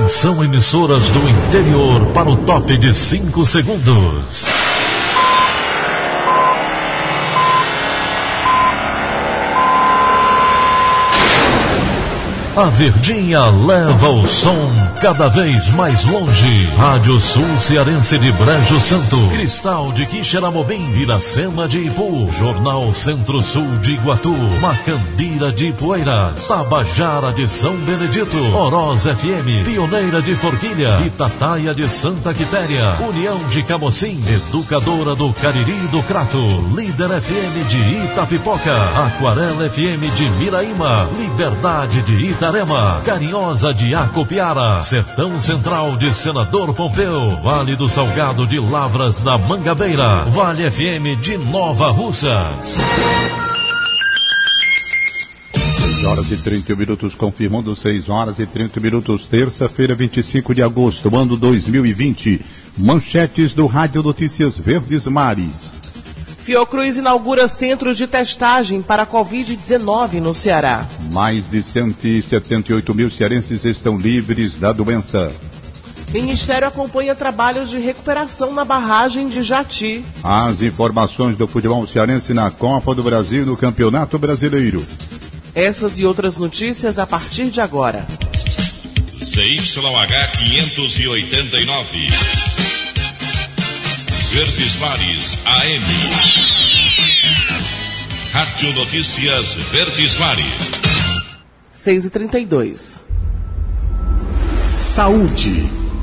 Atenção, emissoras do interior, para o top de 5 segundos. A Verdinha leva o som cada vez mais longe. Rádio Sul Cearense de Brejo Santo, Cristal de Quixeramobim, Iracema de Ipu, Jornal Centro-Sul de Iguatu, Macambira de Ipueiras, Tabajara de São Benedito, Oroz FM, Pioneira de Forquilha, Itataia de Santa Quitéria, União de Camocim, Educadora do Cariri do Crato, Líder FM de Itapipoca, Aquarela FM de Miraíma, Liberdade de Itarema, Carinhosa de Acopiara, Sertão Central de Senador Pompeu, Vale do Salgado de Lavras da Mangabeira, Vale FM de Nova Russas. 6 horas e 30 minutos, confirmando 6 horas e 30 minutos, terça-feira, 25 de agosto, ano 2020. Manchetes do Rádio Notícias Verdes Mares. Fiocruz inaugura centro de testagem para a Covid-19 no Ceará. Mais de 178 mil cearenses estão livres da doença. Ministério acompanha trabalhos de recuperação na barragem de Jati. As informações do futebol cearense na Copa do Brasil e no Campeonato Brasileiro. Essas e outras notícias a partir de agora. CYH 589. Verdes Mares AM. Rádio Notícias Verdes Mares. 6h32. Saúde.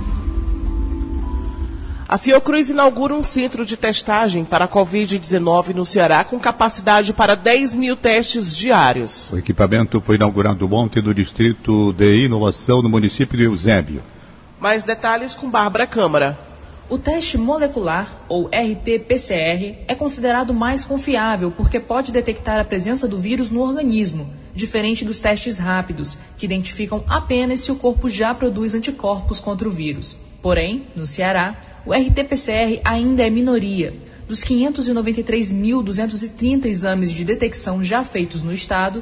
A Fiocruz inaugura um centro de testagem para a Covid-19 no Ceará com capacidade para 10 mil testes diários. O equipamento foi inaugurado ontem no Distrito de Inovação no município de Eusébio. Mais detalhes com Bárbara Câmara. O teste molecular, ou RT-PCR, é considerado mais confiável porque pode detectar a presença do vírus no organismo, diferente dos testes rápidos, que identificam apenas se o corpo já produz anticorpos contra o vírus. Porém, no Ceará, o RT-PCR ainda é minoria. Dos 593.230 exames de detecção já feitos no estado,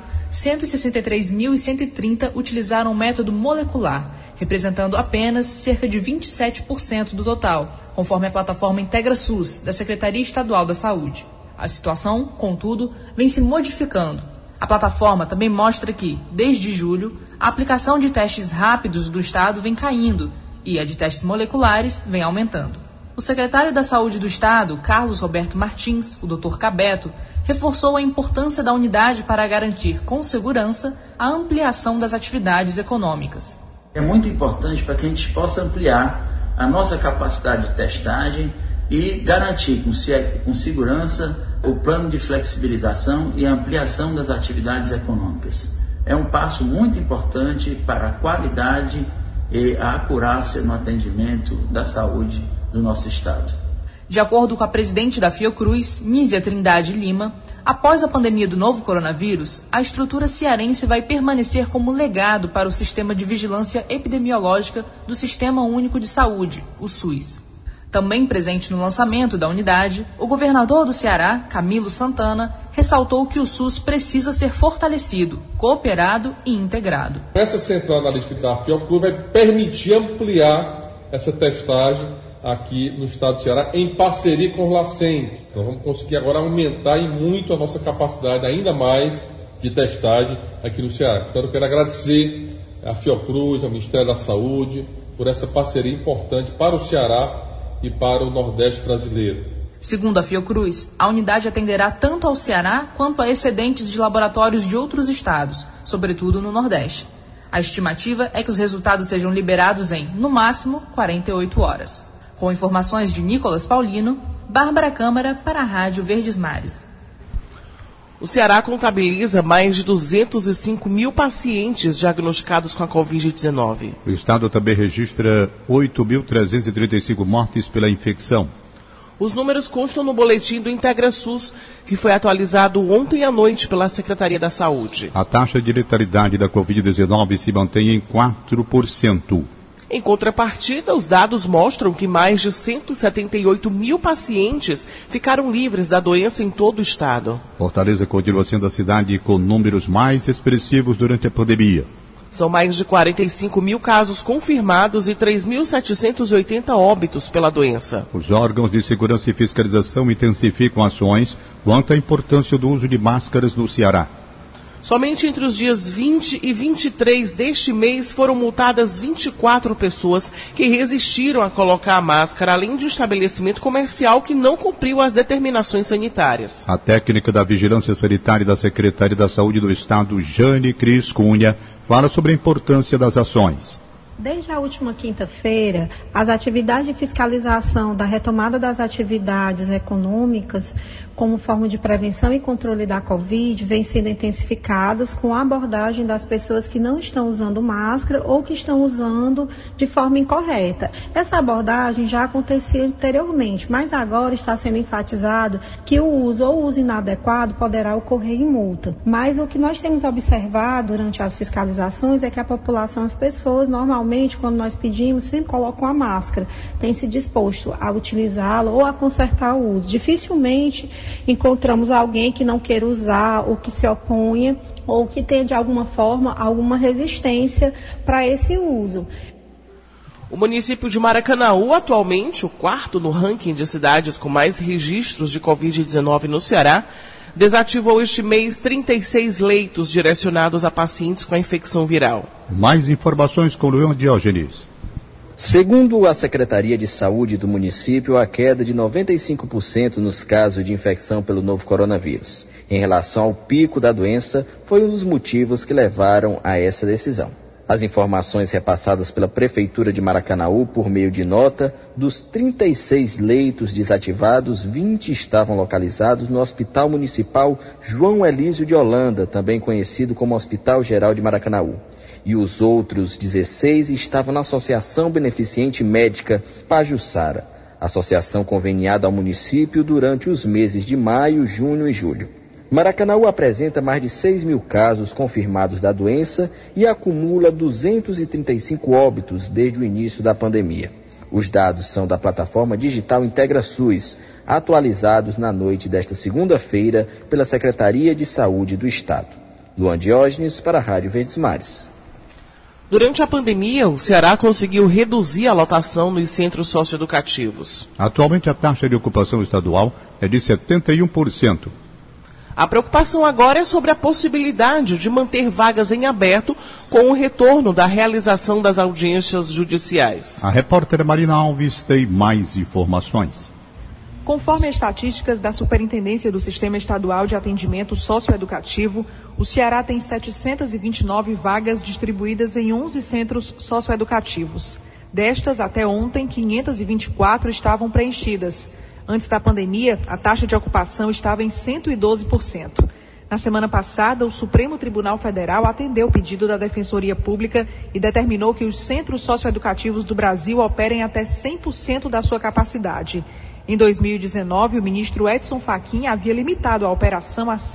163.130 utilizaram o método molecular, representando apenas cerca de 27% do total, conforme a plataforma IntegraSUS, da Secretaria Estadual da Saúde. A situação, contudo, vem se modificando. A plataforma também mostra que, desde julho, a aplicação de testes rápidos do estado vem caindo e a de testes moleculares vem aumentando. O secretário da Saúde do Estado, Carlos Roberto Martins, o Dr. Cabeto, reforçou a importância da unidade para garantir com segurança a ampliação das atividades econômicas. É muito importante para que a gente possa ampliar a nossa capacidade de testagem e garantir com segurança o plano de flexibilização e ampliação das atividades econômicas. É um passo muito importante para a qualidade e a acurácia no atendimento da saúde do nosso estado. De acordo com a presidente da Fiocruz, Nízia Trindade Lima, após a pandemia do novo coronavírus, a estrutura cearense vai permanecer como legado para o Sistema de Vigilância Epidemiológica do Sistema Único de Saúde, o SUS. Também presente no lançamento da unidade, o governador do Ceará, Camilo Santana, ressaltou que o SUS precisa ser fortalecido, cooperado e integrado. Essa central analítica da Fiocruz vai permitir ampliar essa testagem aqui no estado do Ceará, em parceria com o LACEN. Nós vamos conseguir agora aumentar e muito a nossa capacidade, ainda mais, de testagem aqui no Ceará. Então eu quero agradecer à Fiocruz, ao Ministério da Saúde, por essa parceria importante para o Ceará e para o Nordeste brasileiro. Segundo a Fiocruz, a unidade atenderá tanto ao Ceará quanto a excedentes de laboratórios de outros estados, sobretudo no Nordeste. A estimativa é que os resultados sejam liberados em, no máximo, 48 horas. Com informações de Nicolas Paulino, Bárbara Câmara para a Rádio Verdes Mares. O Ceará contabiliza mais de 205 mil pacientes diagnosticados com a Covid-19. O estado também registra 8.335 mortes pela infecção. Os números constam no boletim do IntegraSUS, que foi atualizado ontem à noite pela Secretaria da Saúde. A taxa de letalidade da Covid-19 se mantém em 4%. Em contrapartida, os dados mostram que mais de 178 mil pacientes ficaram livres da doença em todo o estado. Fortaleza continua sendo a cidade com números mais expressivos durante a pandemia. São mais de 45 mil casos confirmados e 3.780 óbitos pela doença. Os órgãos de segurança e fiscalização intensificam ações quanto à importância do uso de máscaras no Ceará. Somente entre os dias 20 e 23 deste mês foram multadas 24 pessoas que resistiram a colocar a máscara, além de um estabelecimento comercial que não cumpriu as determinações sanitárias. A técnica da Vigilância Sanitária da Secretaria da Saúde do Estado, Jane Cris Cunha, fala sobre a importância das ações. Desde a última quinta-feira, as atividades de fiscalização da retomada das atividades econômicas, como forma de prevenção e controle da Covid, vêm sendo intensificadas com a abordagem das pessoas que não estão usando máscara ou que estão usando de forma incorreta. Essa abordagem já acontecia anteriormente, mas agora está sendo enfatizado que o uso inadequado poderá ocorrer em multa. Mas o que nós temos observado durante as fiscalizações é que a população, as pessoas, normalmente, quando nós pedimos, sempre colocam a máscara, tem se disposto a utilizá-la ou a consertar o uso. Dificilmente encontramos alguém que não queira usar ou que se oponha ou que tenha de alguma forma alguma resistência para esse uso. O município de Maracanaú, atualmente o quarto no ranking de cidades com mais registros de Covid-19 no Ceará, desativou este mês 36 leitos direcionados a pacientes com a infecção viral. Mais informações com Luiz Diógenes. Segundo a Secretaria de Saúde do município, a queda de 95% nos casos de infecção pelo novo coronavírus, em relação ao pico da doença, foi um dos motivos que levaram a essa decisão. As informações repassadas pela Prefeitura de Maracanaú por meio de nota, dos 36 leitos desativados, 20 estavam localizados no Hospital Municipal João Elísio de Holanda, também conhecido como Hospital Geral de Maracanaú. E os outros 16 estavam na Associação Beneficente Médica Pajuçara, associação conveniada ao município durante os meses de maio, junho e julho. Maracanaú apresenta mais de 6 mil casos confirmados da doença e acumula 235 óbitos desde o início da pandemia. Os dados são da plataforma digital IntegraSUS, atualizados na noite desta segunda-feira pela Secretaria de Saúde do Estado. Luan Diógenes para a Rádio Verdes Mares. Durante a pandemia, o Ceará conseguiu reduzir a lotação nos centros socioeducativos. Atualmente, a taxa de ocupação estadual é de 71%. A preocupação agora é sobre a possibilidade de manter vagas em aberto com o retorno da realização das audiências judiciais. A repórter Marina Alves tem mais informações. Conforme as estatísticas da Superintendência do Sistema Estadual de Atendimento Socioeducativo, o Ceará tem 729 vagas distribuídas em 11 centros socioeducativos. Destas, até ontem, 524 estavam preenchidas. Antes da pandemia, a taxa de ocupação estava em 112%. Na semana passada, o Supremo Tribunal Federal atendeu o pedido da Defensoria Pública e determinou que os centros socioeducativos do Brasil operem até 100% da sua capacidade. Em 2019, o ministro Edson Fachin havia limitado a operação a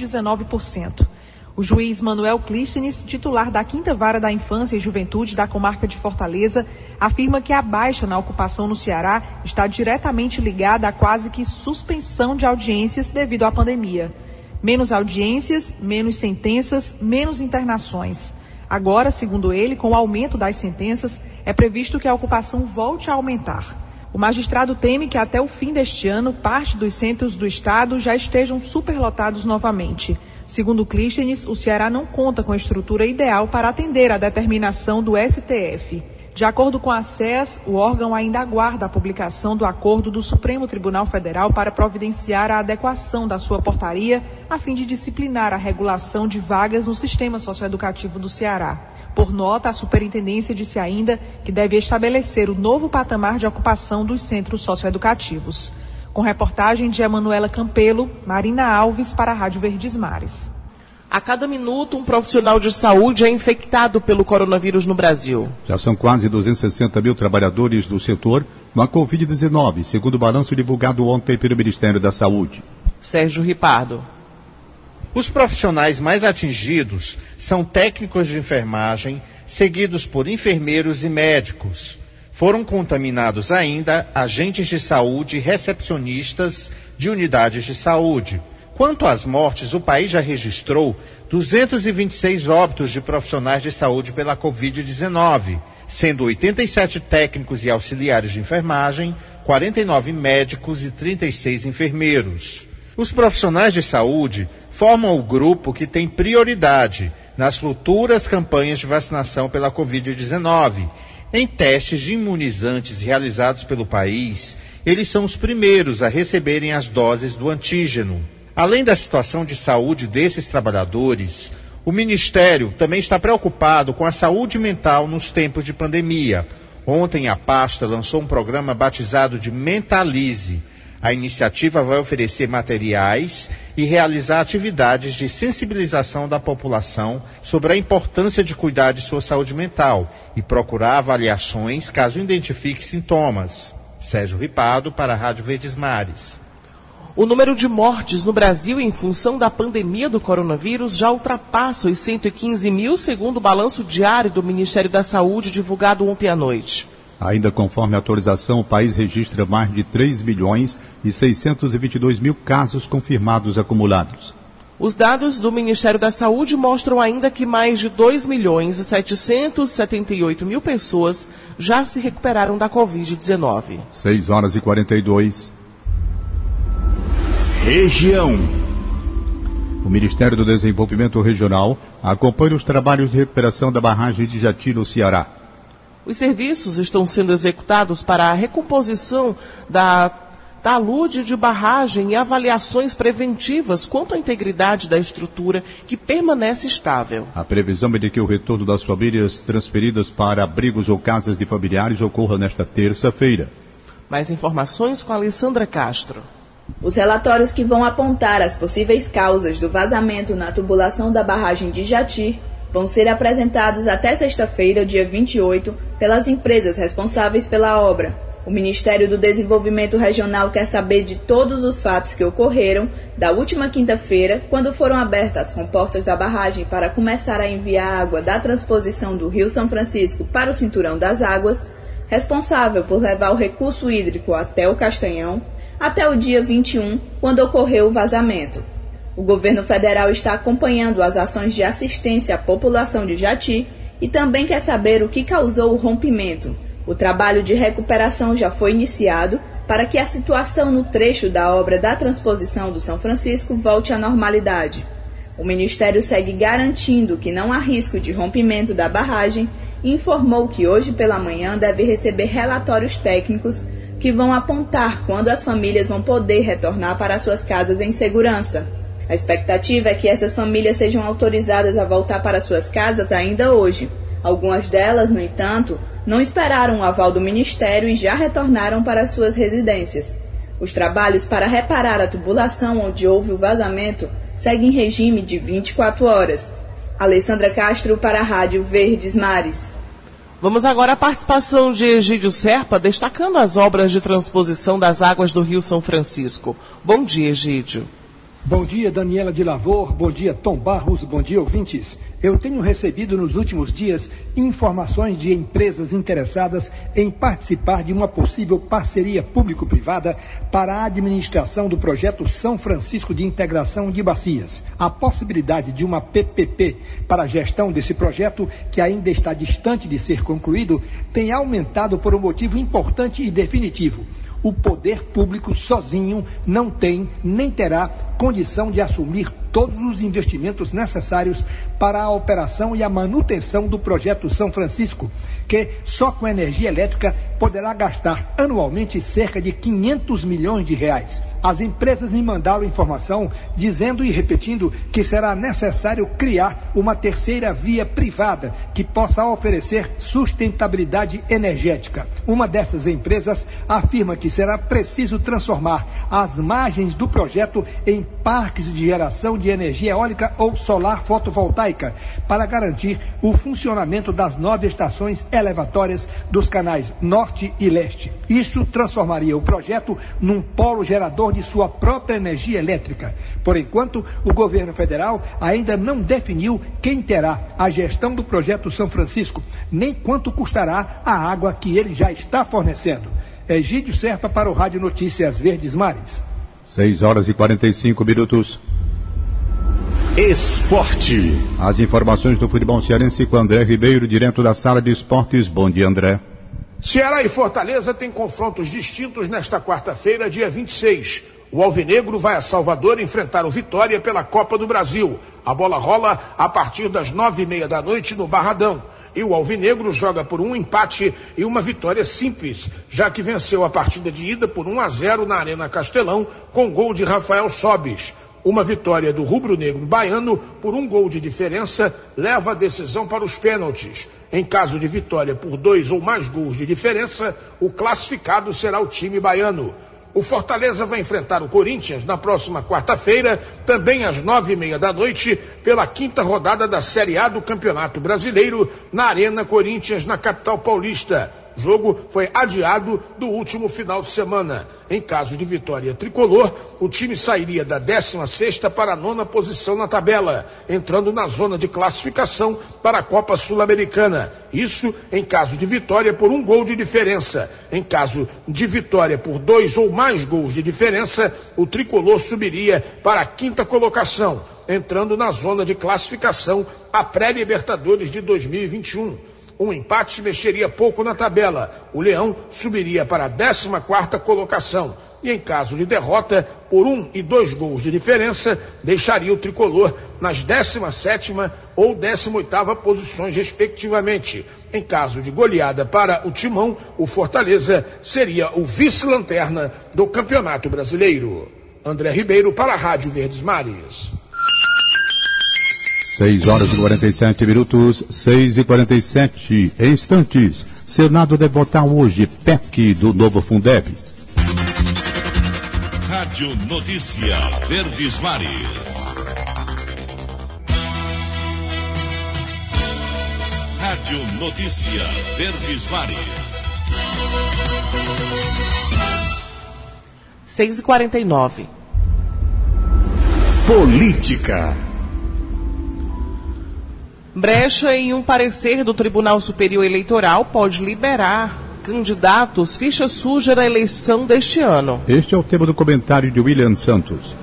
119%. O juiz Manuel Clístenes, titular da 5ª Vara da Infância e Juventude da comarca de Fortaleza, afirma que a baixa na ocupação no Ceará está diretamente ligada a quase que suspensão de audiências devido à pandemia. Menos audiências, menos sentenças, menos internações. Agora, segundo ele, com o aumento das sentenças, é previsto que a ocupação volte a aumentar. O magistrado teme que até o fim deste ano, parte dos centros do estado já estejam superlotados novamente. Segundo Clístenes, o Ceará não conta com a estrutura ideal para atender a determinação do STF. De acordo com a SEAS, o órgão ainda aguarda a publicação do acordo do Supremo Tribunal Federal para providenciar a adequação da sua portaria, a fim de disciplinar a regulação de vagas no sistema socioeducativo do Ceará. Por nota, a superintendência disse ainda que deve estabelecer o novo patamar de ocupação dos centros socioeducativos. Com reportagem de Emanuela Campelo, Marina Alves para a Rádio Verdes Mares. A cada minuto, um profissional de saúde é infectado pelo coronavírus no Brasil. Já são quase 260 mil trabalhadores do setor com a Covid-19, segundo o balanço divulgado ontem pelo Ministério da Saúde. Sérgio Ripardo. Os profissionais mais atingidos são técnicos de enfermagem, seguidos por enfermeiros e médicos. Foram contaminados ainda agentes de saúde e recepcionistas de unidades de saúde. Quanto às mortes, o país já registrou 226 óbitos de profissionais de saúde pela Covid-19, sendo 87 técnicos e auxiliares de enfermagem, 49 médicos e 36 enfermeiros. Os profissionais de saúde formam o grupo que tem prioridade nas futuras campanhas de vacinação pela Covid-19. Em testes de imunizantes realizados pelo país, eles são os primeiros a receberem as doses do antígeno. Além da situação de saúde desses trabalhadores, o Ministério também está preocupado com a saúde mental nos tempos de pandemia. Ontem, a pasta lançou um programa batizado de Mentalize. A iniciativa vai oferecer materiais e realizar atividades de sensibilização da população sobre a importância de cuidar de sua saúde mental e procurar avaliações caso identifique sintomas. Sérgio Ripado, para a Rádio Verdes Mares. O número de mortes no Brasil em função da pandemia do coronavírus já ultrapassa os 115 mil, segundo o balanço diário do Ministério da Saúde divulgado ontem à noite. Ainda conforme a atualização, o país registra mais de 3 milhões e 622 mil casos confirmados acumulados. Os dados do Ministério da Saúde mostram ainda que mais de 2 milhões e 778 mil pessoas já se recuperaram da Covid-19. 6h42. Região. O Ministério do Desenvolvimento Regional acompanha os trabalhos de recuperação da barragem de Jati, no Ceará. Os serviços estão sendo executados para a recomposição da talude de barragem e avaliações preventivas quanto à integridade da estrutura, que permanece estável. A previsão é de que o retorno das famílias transferidas para abrigos ou casas de familiares ocorra nesta terça-feira. Mais informações com a Alessandra Castro. Os relatórios que vão apontar as possíveis causas do vazamento na tubulação da barragem de Jati vão ser apresentados até sexta-feira, dia 28, pelas empresas responsáveis pela obra. O Ministério do Desenvolvimento Regional quer saber de todos os fatos que ocorreram da última quinta-feira, quando foram abertas as comportas da barragem para começar a enviar água da transposição do Rio São Francisco para o Cinturão das Águas, responsável por levar o recurso hídrico até o Castanhão, até o dia 21, quando ocorreu o vazamento. O governo federal está acompanhando as ações de assistência à população de Jati e também quer saber o que causou o rompimento. O trabalho de recuperação já foi iniciado para que a situação no trecho da obra da transposição do São Francisco volte à normalidade. O Ministério segue garantindo que não há risco de rompimento da barragem e informou que hoje pela manhã deve receber relatórios técnicos que vão apontar quando as famílias vão poder retornar para suas casas em segurança. A expectativa é que essas famílias sejam autorizadas a voltar para suas casas ainda hoje. Algumas delas, no entanto, não esperaram o aval do Ministério e já retornaram para suas residências. Os trabalhos para reparar a tubulação onde houve o vazamento seguem em regime de 24 horas. Alessandra Castro para a Rádio Verdes Mares. Vamos agora à participação de Egídio Serpa, destacando as obras de transposição das águas do Rio São Francisco. Bom dia, Egídio. Bom dia, Daniela de Lavor. Bom dia, Tom Barros. Bom dia, ouvintes. Eu tenho recebido nos últimos dias informações de empresas interessadas em participar de uma possível parceria público-privada para a administração do projeto São Francisco de Integração de Bacias. A possibilidade de uma PPP para a gestão desse projeto, que ainda está distante de ser concluído, tem aumentado por um motivo importante e definitivo. O poder público sozinho não tem, nem terá, condição de assumir todos os investimentos necessários para a operação e a manutenção do projeto São Francisco, que só com energia elétrica poderá gastar anualmente cerca de 500 milhões de reais. As empresas me mandaram informação dizendo e repetindo que será necessário criar uma terceira via privada que possa oferecer sustentabilidade energética. Uma dessas empresas afirma que será preciso transformar as margens do projeto em parques de geração de energia eólica ou solar fotovoltaica para garantir o funcionamento das 9 estações elevatórias dos canais Norte e Leste. Isso transformaria o projeto num polo gerador de sua própria energia elétrica. Por enquanto, o governo federal ainda não definiu quem terá a gestão do projeto São Francisco, nem quanto custará a água que ele já está fornecendo. Egídio Serpa para o Rádio Notícias Verdes Mares. 6 horas e 45 minutos. Esporte. As informações do futebol cearense com André Ribeiro, direto da sala de esportes. Bom dia, André. Ceará e Fortaleza têm confrontos distintos nesta quarta-feira, dia 26. O Alvinegro vai a Salvador enfrentar o Vitória pela Copa do Brasil. A bola rola a partir das 9h30 da noite no Barradão. E o Alvinegro joga por um empate e uma vitória simples, já que venceu a partida de ida por 1-0 na Arena Castelão, com gol de Rafael Sobis. Uma vitória do rubro-negro baiano por 1 gol de diferença leva a decisão para os pênaltis. Em caso de vitória por 2 ou mais gols de diferença, o classificado será o time baiano. O Fortaleza vai enfrentar o Corinthians na próxima quarta-feira, também às 9h30 da noite, pela 5ª rodada da Série A do Campeonato Brasileiro, na Arena Corinthians, na capital paulista. O jogo foi adiado do último final de semana. Em caso de vitória tricolor, o time sairia da 16ª para a 9ª posição na tabela, entrando na zona de classificação para a Copa Sul-Americana. Isso em caso de vitória por 1 gol de diferença. Em caso de vitória por 2 ou mais gols de diferença, o tricolor subiria para a 5ª colocação, entrando na zona de classificação à pré-Libertadores de 2021. Um empate mexeria pouco na tabela. O Leão subiria para a 14ª colocação. E em caso de derrota, por 1 e 2 gols de diferença, deixaria o tricolor nas 17ª ou 18ª posições, respectivamente. Em caso de goleada para o Timão, o Fortaleza seria o vice-lanterna do Campeonato Brasileiro. André Ribeiro para a Rádio Verdes Mares. 6 horas e 47 minutos, 6h47 instantes. Senado deve votar hoje PEC do novo Fundeb. Rádio Notícia Verdes Mares. Rádio Notícia Verdes Mares. 6h49. Política. Brecha em um parecer do Tribunal Superior Eleitoral pode liberar candidatos ficha suja na eleição deste ano. Este é o tema do comentário de William Santos.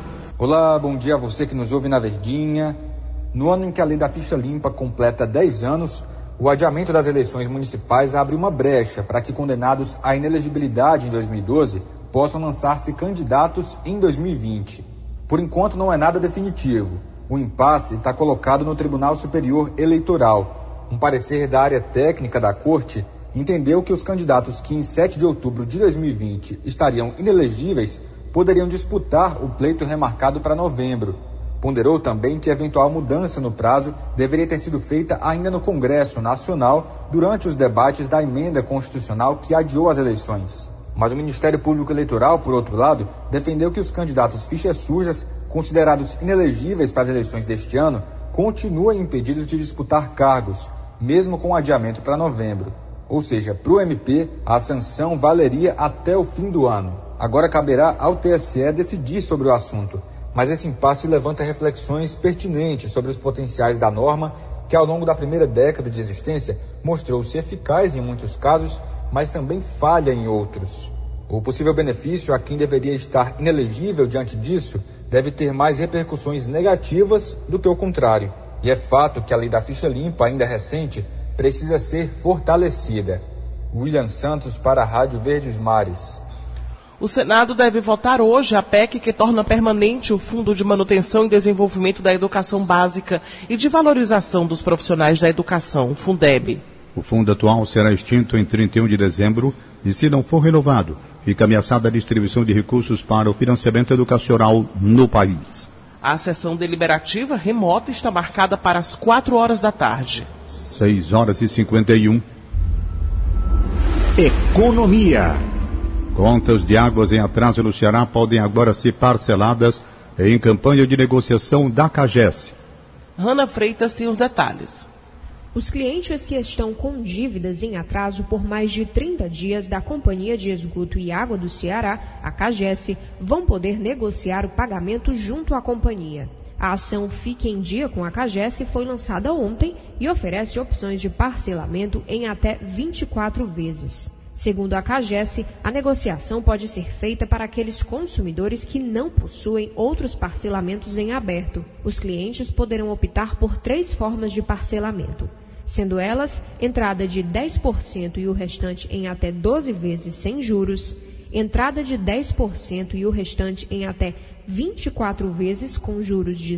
Olá, bom dia a você que nos ouve na Verdinha. No ano em que a lei da ficha limpa completa 10 anos, o adiamento das eleições municipais abre uma brecha para que condenados à inelegibilidade em 2012 possam lançar-se candidatos em 2020. Por enquanto não é nada definitivo. O impasse está colocado no Tribunal Superior Eleitoral. Um parecer da área técnica da Corte entendeu que os candidatos que em 7 de outubro de 2020 estariam inelegíveis poderiam disputar o pleito remarcado para novembro. Ponderou também que eventual mudança no prazo deveria ter sido feita ainda no Congresso Nacional durante os debates da emenda constitucional que adiou as eleições. Mas o Ministério Público Eleitoral, por outro lado, defendeu que os candidatos fichas sujas, considerados inelegíveis para as eleições deste ano, continuam impedidos de disputar cargos, mesmo com adiamento para novembro. Ou seja, para o MP, a sanção valeria até o fim do ano. Agora caberá ao TSE decidir sobre o assunto, mas esse impasse levanta reflexões pertinentes sobre os potenciais da norma, que ao longo da primeira década de existência mostrou-se eficaz em muitos casos, mas também falha em outros. O possível benefício a quem deveria estar inelegível diante disso deve ter mais repercussões negativas do que o contrário. E é fato que a lei da ficha limpa, ainda recente, precisa ser fortalecida. William Santos para a Rádio Verdes Mares. O Senado deve votar hoje a PEC que torna permanente o Fundo de Manutenção e Desenvolvimento da Educação Básica e de Valorização dos Profissionais da Educação, o Fundeb. O fundo atual será extinto em 31 de dezembro e, se não for renovado, fica ameaçada a distribuição de recursos para o financiamento educacional no país. A sessão deliberativa remota está marcada para as 4 horas da tarde. 6 horas e 51. Economia. Contas de águas em atraso no Ceará podem agora ser parceladas em campanha de negociação da CAGES. Hanna Freitas tem os detalhes. Os clientes que estão com dívidas em atraso por mais de 30 dias da Companhia de Esgoto e Água do Ceará, a CAGES, vão poder negociar o pagamento junto à companhia. A ação Fique em Dia com a CAGES foi lançada ontem e oferece opções de parcelamento em até 24 vezes. Segundo a CAGES, a negociação pode ser feita para aqueles consumidores que não possuem outros parcelamentos em aberto. Os clientes poderão optar por 3 formas de parcelamento, sendo elas entrada de 10% e o restante em até 12 vezes sem juros, entrada de 10% e o restante em até 24 vezes com juros de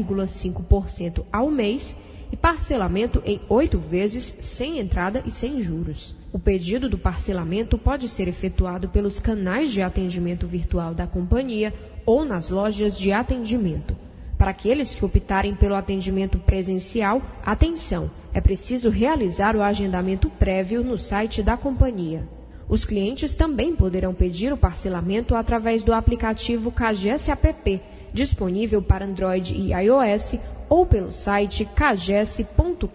0,5% ao mês e parcelamento em 8 vezes sem entrada e sem juros. O pedido do parcelamento pode ser efetuado pelos canais de atendimento virtual da companhia ou nas lojas de atendimento. Para aqueles que optarem pelo atendimento presencial, atenção, é preciso realizar o agendamento prévio no site da companhia. Os clientes também poderão pedir o parcelamento através do aplicativo CAGES App, disponível para Android e iOS, ou pelo site cages.com.br.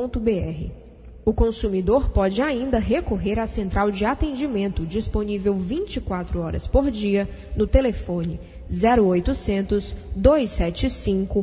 O consumidor pode ainda recorrer à central de atendimento, disponível 24 horas por dia, no telefone 0800 275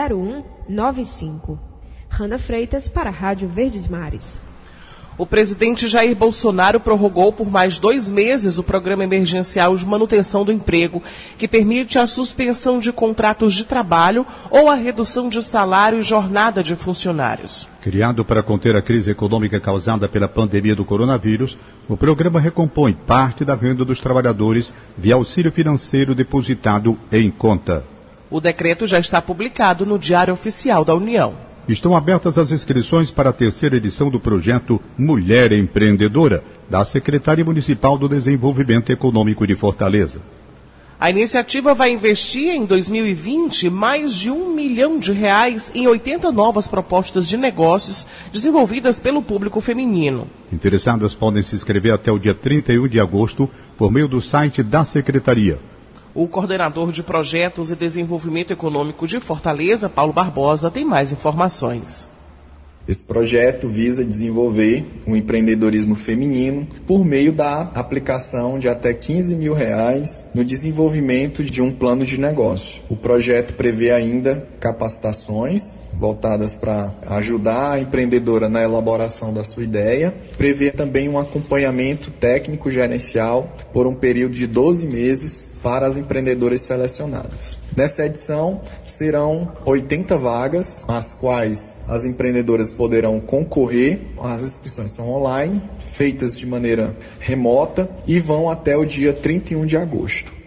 0195. Rana Freitas, para a Rádio Verdes Mares. O presidente Jair Bolsonaro prorrogou por mais 2 meses o Programa Emergencial de Manutenção do Emprego, que permite a suspensão de contratos de trabalho ou a redução de salário e jornada de funcionários. Criado para conter a crise econômica causada pela pandemia do coronavírus, o programa recompõe parte da renda dos trabalhadores via auxílio financeiro depositado em conta. O decreto já está publicado no Diário Oficial da União. Estão abertas as inscrições para a 3ª edição do projeto Mulher Empreendedora, da Secretaria Municipal do Desenvolvimento Econômico de Fortaleza. A iniciativa vai investir em 2020 mais de R$1 milhão em 80 novas propostas de negócios desenvolvidas pelo público feminino. Interessadas podem se inscrever até o dia 31 de agosto por meio do site da Secretaria. O coordenador de Projetos e Desenvolvimento Econômico de Fortaleza, Paulo Barbosa, tem mais informações. Esse projeto visa desenvolver o empreendedorismo feminino por meio da aplicação de até R$15 mil no desenvolvimento de um plano de negócio. O projeto prevê ainda capacitações voltadas para ajudar a empreendedora na elaboração da sua ideia. Prevê também um acompanhamento técnico gerencial por um período de 12 meses para as empreendedoras selecionadas. Nessa edição serão 80 vagas, as quais as empreendedoras poderão concorrer. As inscrições são online, feitas de maneira remota e vão até o dia 31 de agosto.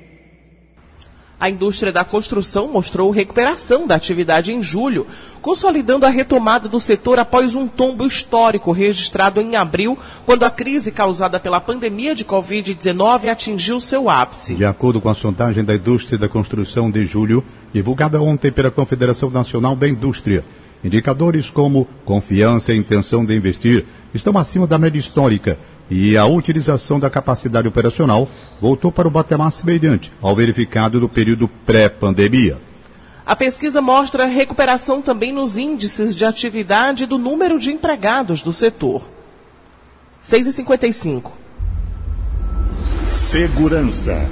A indústria da construção mostrou recuperação da atividade em julho, consolidando a retomada do setor após um tombo histórico registrado em abril, quando a crise causada pela pandemia de Covid-19 atingiu seu ápice. De acordo com a sondagem da indústria da construção de julho, divulgada ontem pela Confederação Nacional da Indústria, indicadores como confiança e intenção de investir estão acima da média histórica, e a utilização da capacidade operacional voltou para o patamar semelhante ao verificado no período pré-pandemia. A pesquisa mostra recuperação também nos índices de atividade e do número de empregados do setor. 6h55. Segurança.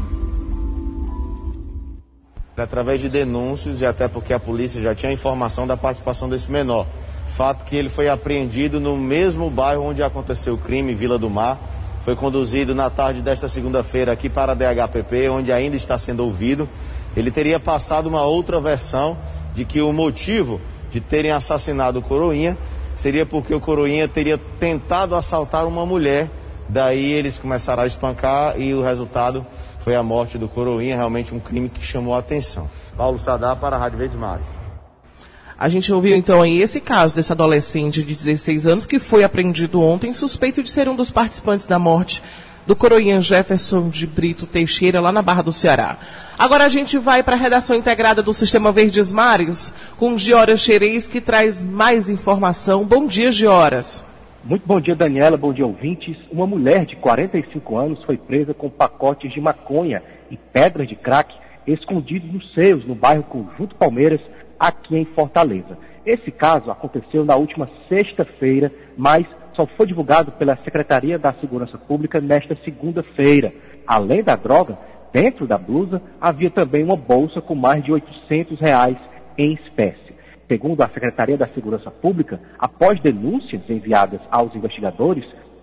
Através de denúncias e até porque a polícia já tinha informação da participação desse menor. Fato que ele foi apreendido no mesmo bairro onde aconteceu o crime, Vila do Mar. Foi conduzido na tarde desta segunda-feira aqui para a DHPP, onde ainda está sendo ouvido. Ele teria passado uma outra versão de que o motivo de terem assassinado o Coroinha seria porque o Coroinha teria tentado assaltar uma mulher. Daí eles começaram a espancar e o resultado foi a morte do Coroinha, realmente um crime que chamou a atenção. Paulo Sadar para a Rádio Verdes Mares. A gente ouviu então aí esse caso desse adolescente de 16 anos que foi apreendido ontem, suspeito de ser um dos participantes da morte do Coroinha Jefferson de Brito Teixeira, lá na Barra do Ceará. Agora a gente vai para a redação integrada do Sistema Verdes Mares, com Gioras Xerez, que traz mais informação. Bom dia, Gioras. Muito bom dia, Daniela. Bom dia, ouvintes. Uma mulher de 45 anos foi presa com pacotes de maconha e pedras de crack escondidos nos seios, no bairro Conjunto Palmeiras, aqui em Fortaleza. Esse caso aconteceu na última sexta-feira, mas só foi divulgado pela Secretaria da Segurança Pública nesta segunda-feira. Além da droga, dentro da blusa havia também uma bolsa com mais de R$800 em espécie. Segundo a Secretaria da Segurança Pública, após denúncias enviadas aos investigadores,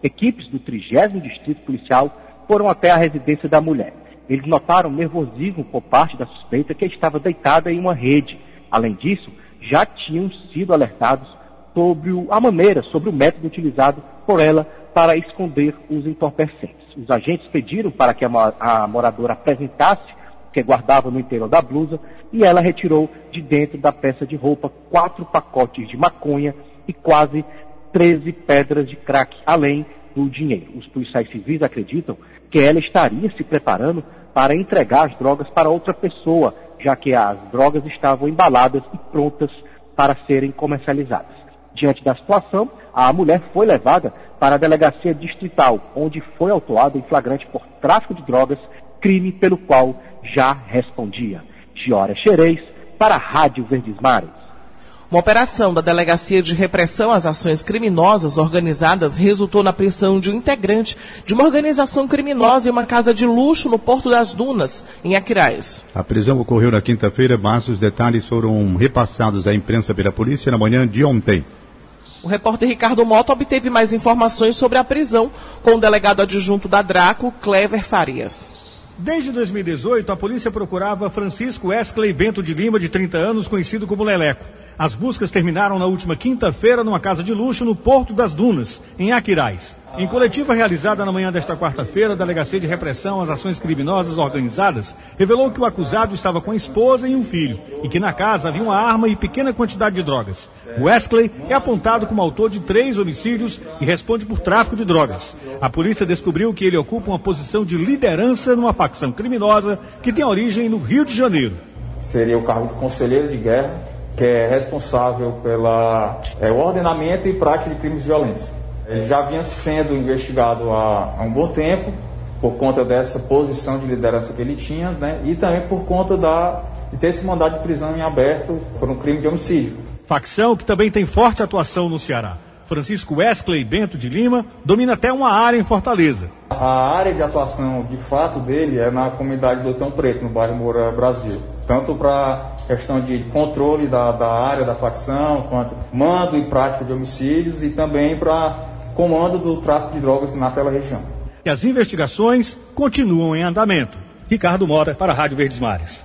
Equipes do 30º Distrito Policial foram até a residência da mulher. Eles notaram nervosismo por parte da suspeita, que estava deitada em uma rede. Além disso, já tinham sido alertados sobre sobre o método utilizado por ela para esconder os entorpecentes. Os agentes pediram para que a moradora apresentasse o que guardava no interior da blusa e ela retirou de dentro da peça de roupa 4 pacotes de maconha e quase 13 pedras de crack, além do dinheiro. Os policiais civis acreditam que ela estaria se preparando para entregar as drogas para outra pessoa, já que as drogas estavam embaladas e prontas para serem comercializadas. Diante da situação, a mulher foi levada para a delegacia distrital, onde foi autuada em flagrante por tráfico de drogas, crime pelo qual já respondia. Giora Xerez, para a Rádio Verdes Mares. Uma operação da Delegacia de Repressão às Ações Criminosas Organizadas resultou na prisão de um integrante de uma organização criminosa em uma casa de luxo no Porto das Dunas, em Aquiraz. A prisão ocorreu na quinta-feira, mas os detalhes foram repassados à imprensa pela polícia na manhã de ontem. O repórter Ricardo Mota obteve mais informações sobre a prisão com o delegado adjunto da Draco, Clever Farias. Desde 2018, a polícia procurava Francisco Wesley Bento de Lima, de 30 anos, conhecido como Leleco. As buscas terminaram na última quinta-feira numa casa de luxo no Porto das Dunas, em Aquiraz. Em coletiva realizada na manhã desta quarta-feira, a Delegacia de Repressão às Ações Criminosas Organizadas revelou que o acusado estava com a esposa e um filho, e que na casa havia uma arma e pequena quantidade de drogas. Wesley é apontado como autor de 3 homicídios e responde por tráfico de drogas. A polícia descobriu que ele ocupa uma posição de liderança numa facção criminosa que tem origem no Rio de Janeiro. Seria o cargo de conselheiro de guerra, que é responsável pelo ordenamento e prática de crimes violentos. Ele já vinha sendo investigado há um bom tempo, por conta dessa posição de liderança que ele tinha, né? E também por conta de ter esse mandado de prisão em aberto por um crime de homicídio. Facção que também tem forte atuação no Ceará. Francisco Wesley Bento de Lima domina até uma área em Fortaleza. A área de atuação, de fato, dele é na comunidade do Otão Preto, no bairro Moura, Brasil. Tanto para questão de controle da área da facção, quanto mando e prática de homicídios, e também para comando do tráfico de drogas naquela região. E as investigações continuam em andamento. Ricardo Mota, para a Rádio Verdes Mares.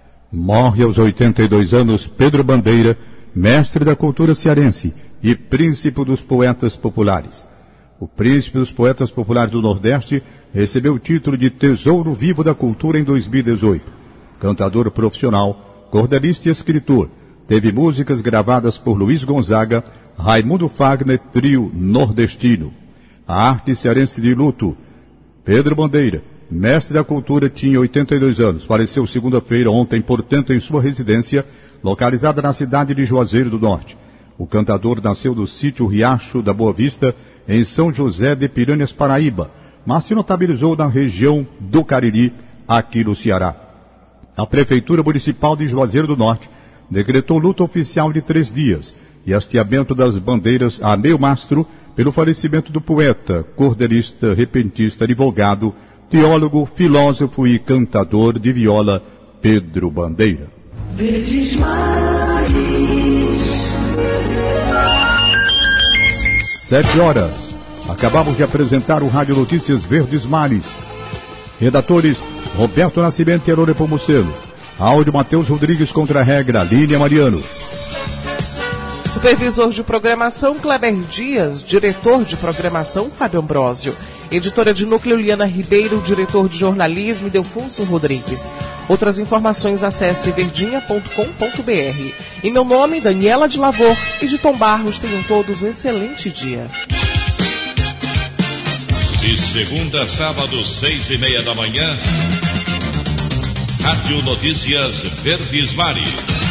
Morre aos 82 anos Pedro Bandeira, mestre da cultura cearense e príncipe dos poetas populares. O príncipe dos poetas populares do Nordeste recebeu o título de Tesouro Vivo da Cultura em 2018. Cantador profissional, cordelista e escritor, teve músicas gravadas por Luiz Gonzaga, Raimundo Fagner, trio nordestino. A arte cearense de luto. Pedro Bandeira, mestre da cultura, tinha 82 anos. Faleceu segunda-feira, ontem, portanto, em sua residência, localizada na cidade de Juazeiro do Norte. O cantador nasceu do sítio Riacho da Boa Vista, em São José de Piranhas, Paraíba, mas se notabilizou na região do Cariri, aqui no Ceará. A Prefeitura Municipal de Juazeiro do Norte decretou luto oficial de 3 dias e hasteamento das bandeiras a meio mastro pelo falecimento do poeta, cordelista, repentista, advogado, teólogo, filósofo e cantador de viola, Pedro Bandeira. Verdes Mares. 7 horas. Acabamos de apresentar o Rádio Notícias Verdes Mares. Redatores Roberto Nascimento e Arone Pomuceno. Áudio Matheus Rodrigues contra a regra, Línia Mariano. Supervisor de programação Kleber Dias, diretor de programação Fábio Ambrósio, editora de núcleo Liana Ribeiro, diretor de jornalismo Delfonso Rodrigues. Outras informações acesse verdinha.com.br. Em meu nome, Daniela de Lavor e de Tom Barros, tenham todos um excelente dia. De segunda a sábado, 6:30 da manhã, Rádio Notícias Verdes Mares.